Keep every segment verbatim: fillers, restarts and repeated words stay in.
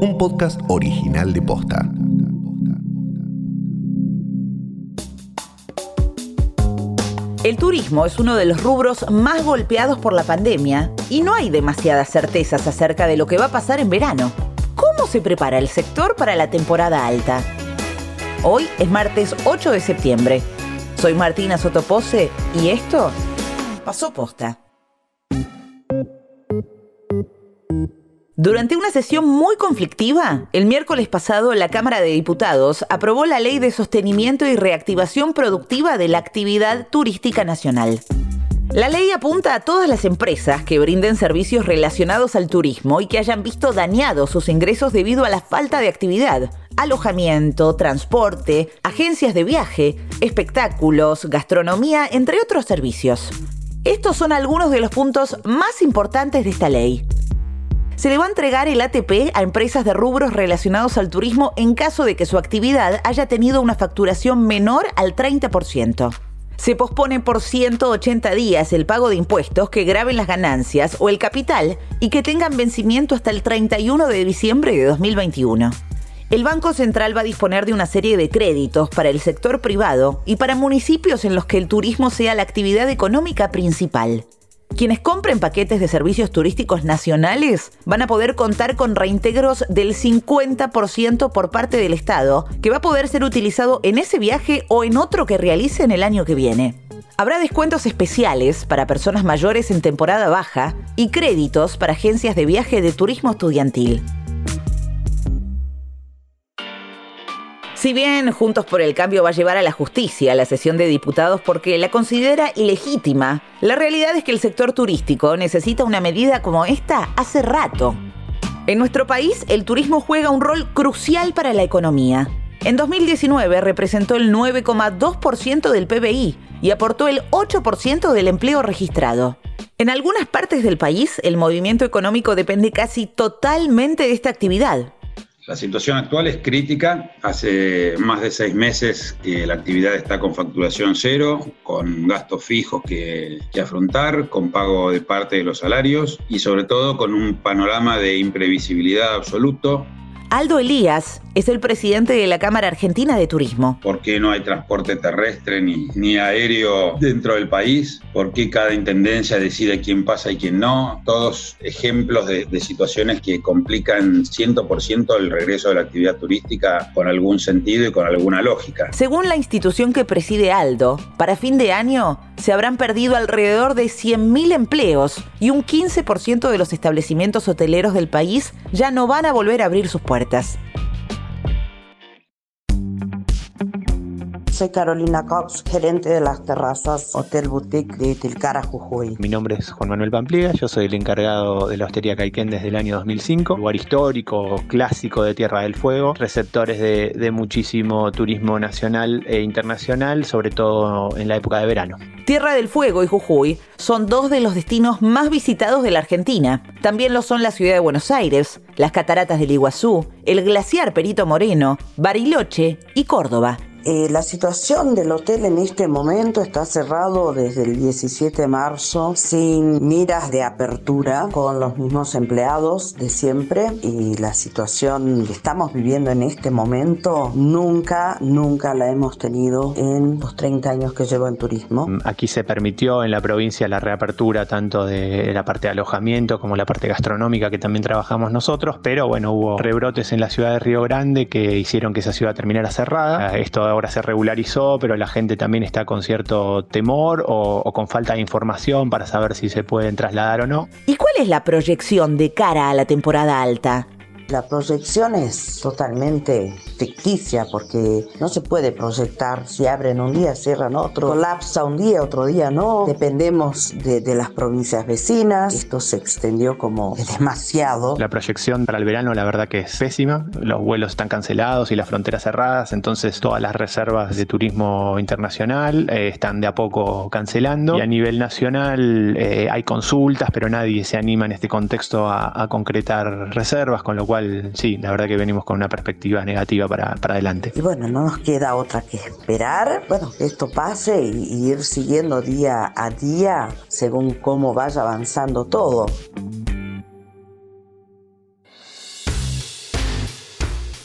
un podcast original de Posta. El turismo es uno de los rubros más golpeados por la pandemia y no hay demasiadas certezas acerca de lo que va a pasar en verano. ¿Cómo se prepara el sector para la temporada alta? Hoy es martes ocho de septiembre. Soy Martina Sotopose y esto pasó Posta. Durante una sesión muy conflictiva, el miércoles pasado la Cámara de Diputados aprobó la Ley de Sostenimiento y Reactivación Productiva de la Actividad Turística Nacional. La ley apunta a todas las empresas que brinden servicios relacionados al turismo y que hayan visto dañados sus ingresos debido a la falta de actividad, alojamiento, transporte, agencias de viaje, espectáculos, gastronomía, entre otros servicios. Estos son algunos de los puntos más importantes de esta ley. Se le va a entregar el A T P a empresas de rubros relacionados al turismo en caso de que su actividad haya tenido una facturación menor al treinta por ciento. Se pospone por ciento ochenta días el pago de impuestos que graven las ganancias o el capital y que tengan vencimiento hasta el treinta y uno de diciembre de dos mil veintiuno. El Banco Central va a disponer de una serie de créditos para el sector privado y para municipios en los que el turismo sea la actividad económica principal. Quienes compren paquetes de servicios turísticos nacionales van a poder contar con reintegros del cincuenta por ciento por parte del Estado, que va a poder ser utilizado en ese viaje o en otro que realicen el año que viene. Habrá descuentos especiales para personas mayores en temporada baja y créditos para agencias de viaje de turismo estudiantil. Si bien Juntos por el Cambio va a llevar a la justicia a la sesión de diputados porque la considera ilegítima, la realidad es que el sector turístico necesita una medida como esta hace rato. En nuestro país, el turismo juega un rol crucial para la economía. En dos mil diecinueve representó el nueve coma dos por ciento del P B I y aportó el ocho por ciento del empleo registrado. En algunas partes del país, el movimiento económico depende casi totalmente de esta actividad. La situación actual es crítica. Hace más de seis meses que la actividad está con facturación cero, con gastos fijos que, que afrontar, con pago de parte de los salarios y sobre todo con un panorama de imprevisibilidad absoluto. Aldo Elías es el presidente de la Cámara Argentina de Turismo. ¿Por qué no hay transporte terrestre ni, ni aéreo dentro del país? ¿Por qué cada intendencia decide quién pasa y quién no? Todos ejemplos de, de situaciones que complican cien por ciento el regreso de la actividad turística con algún sentido y con alguna lógica. Según la institución que preside Aldo, para fin de año se habrán perdido alrededor de cien mil empleos y un quince por ciento de los establecimientos hoteleros del país ya no van a volver a abrir sus puertas. Soy Carolina Cox, gerente de las terrazas Hotel Boutique de Tilcara, Jujuy. Mi nombre es Juan Manuel Pampliega, yo soy el encargado de la Hostería Caiquén desde el año dos mil cinco, lugar histórico, clásico de Tierra del Fuego, receptores de, de muchísimo turismo nacional e internacional, sobre todo en la época de verano. Tierra del Fuego y Jujuy son dos de los destinos más visitados de la Argentina. También lo son la ciudad de Buenos Aires, las cataratas del Iguazú, el glaciar Perito Moreno, Bariloche y Córdoba. Eh, la situación del hotel en este momento está cerrado desde el diecisiete de marzo sin miras de apertura, con los mismos empleados de siempre, y la situación que estamos viviendo en este momento nunca, nunca la hemos tenido en los treinta años que llevo en turismo. Aquí se permitió en la provincia la reapertura tanto de la parte de alojamiento como la parte gastronómica que también trabajamos nosotros, pero bueno, hubo rebrotes en la ciudad de Río Grande que hicieron que esa ciudad terminara cerrada. Esto ahora se regularizó, pero la gente también está con cierto temor o, o con falta de información para saber si se pueden trasladar o no. ¿Y cuál es la proyección de cara a la temporada alta? La proyección es totalmente ficticia porque no se puede proyectar si abren un día, cierran otro, colapsa un día, otro día no. Dependemos de, de las provincias vecinas. Esto se extendió como demasiado. La proyección para el verano la verdad que es pésima. Los vuelos están cancelados y las fronteras cerradas, entonces todas las reservas de turismo internacional eh, están de a poco cancelando. Y a nivel nacional eh, hay consultas, pero nadie se anima en este contexto a, a concretar reservas, con lo cual sí, la verdad que venimos con una perspectiva negativa para, para adelante. Y bueno, no nos queda otra que esperar, bueno, que esto pase y, y ir siguiendo día a día según cómo vaya avanzando todo.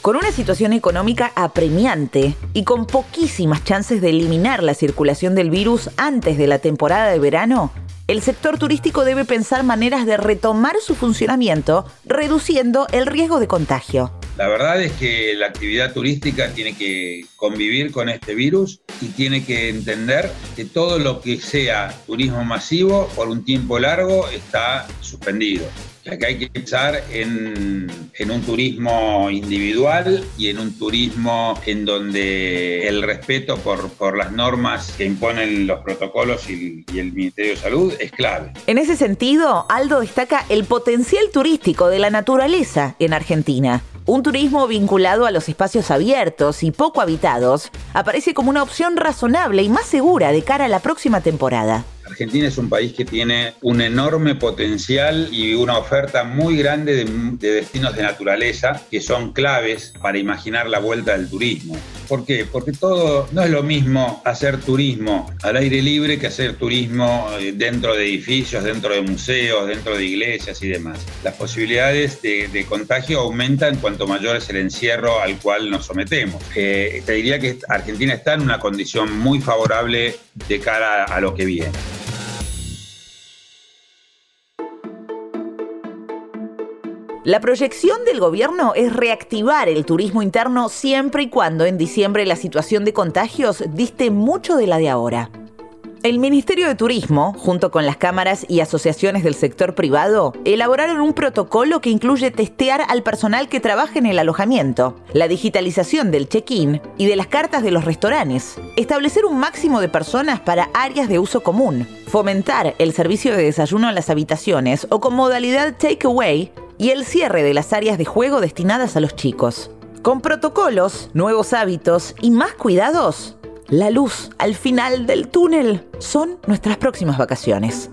Con una situación económica apremiante y con poquísimas chances de eliminar la circulación del virus antes de la temporada de verano, el sector turístico debe pensar maneras de retomar su funcionamiento, reduciendo el riesgo de contagio. La verdad es que la actividad turística tiene que convivir con este virus y tiene que entender que todo lo que sea turismo masivo por un tiempo largo está suspendido. Acá hay que pensar en, en un turismo individual y en un turismo en donde el respeto por, por las normas que imponen los protocolos y, y el Ministerio de Salud es clave. En ese sentido, Aldo destaca el potencial turístico de la naturaleza en Argentina. Un turismo vinculado a los espacios abiertos y poco habitados aparece como una opción razonable y más segura de cara a la próxima temporada. Argentina es un país que tiene un enorme potencial y una oferta muy grande de, de destinos de naturaleza que son claves para imaginar la vuelta del turismo. ¿Por qué? Porque todo no es lo mismo hacer turismo al aire libre que hacer turismo dentro de edificios, dentro de museos, dentro de iglesias y demás. Las posibilidades de, de contagio aumentan cuanto mayor es el encierro al cual nos sometemos. Eh, te diría que Argentina está en una condición muy favorable de cara a lo que viene. La proyección del gobierno es reactivar el turismo interno siempre y cuando en diciembre la situación de contagios diste mucho de la de ahora. El Ministerio de Turismo, junto con las cámaras y asociaciones del sector privado, elaboraron un protocolo que incluye testear al personal que trabaja en el alojamiento, la digitalización del check-in y de las cartas de los restaurantes, establecer un máximo de personas para áreas de uso común, fomentar el servicio de desayuno en las habitaciones o con modalidad takeaway y el cierre de las áreas de juego destinadas a los chicos. Con protocolos, nuevos hábitos y más cuidados, la luz al final del túnel son nuestras próximas vacaciones.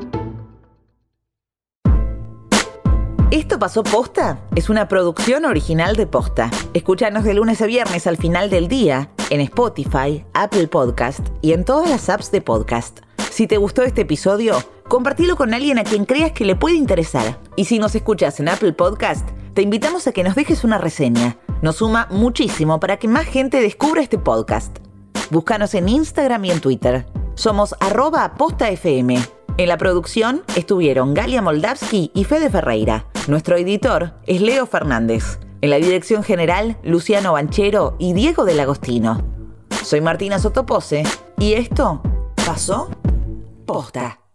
Esto pasó Posta es una producción original de Posta. Escúchanos de lunes a viernes al final del día en Spotify, Apple Podcast y en todas las apps de podcast. Si te gustó este episodio, compartilo con alguien a quien creas que le puede interesar. Y si nos escuchas en Apple Podcast, te invitamos a que nos dejes una reseña. Nos suma muchísimo para que más gente descubra este podcast. Búscanos en Instagram y en Twitter. Somos arroba postafm. En la producción estuvieron Galia Moldavsky y Fede Ferreira. Nuestro editor es Leo Fernández. En la dirección general, Luciano Banchero y Diego del Agostino. Soy Martina Sotopose y esto pasó Posta.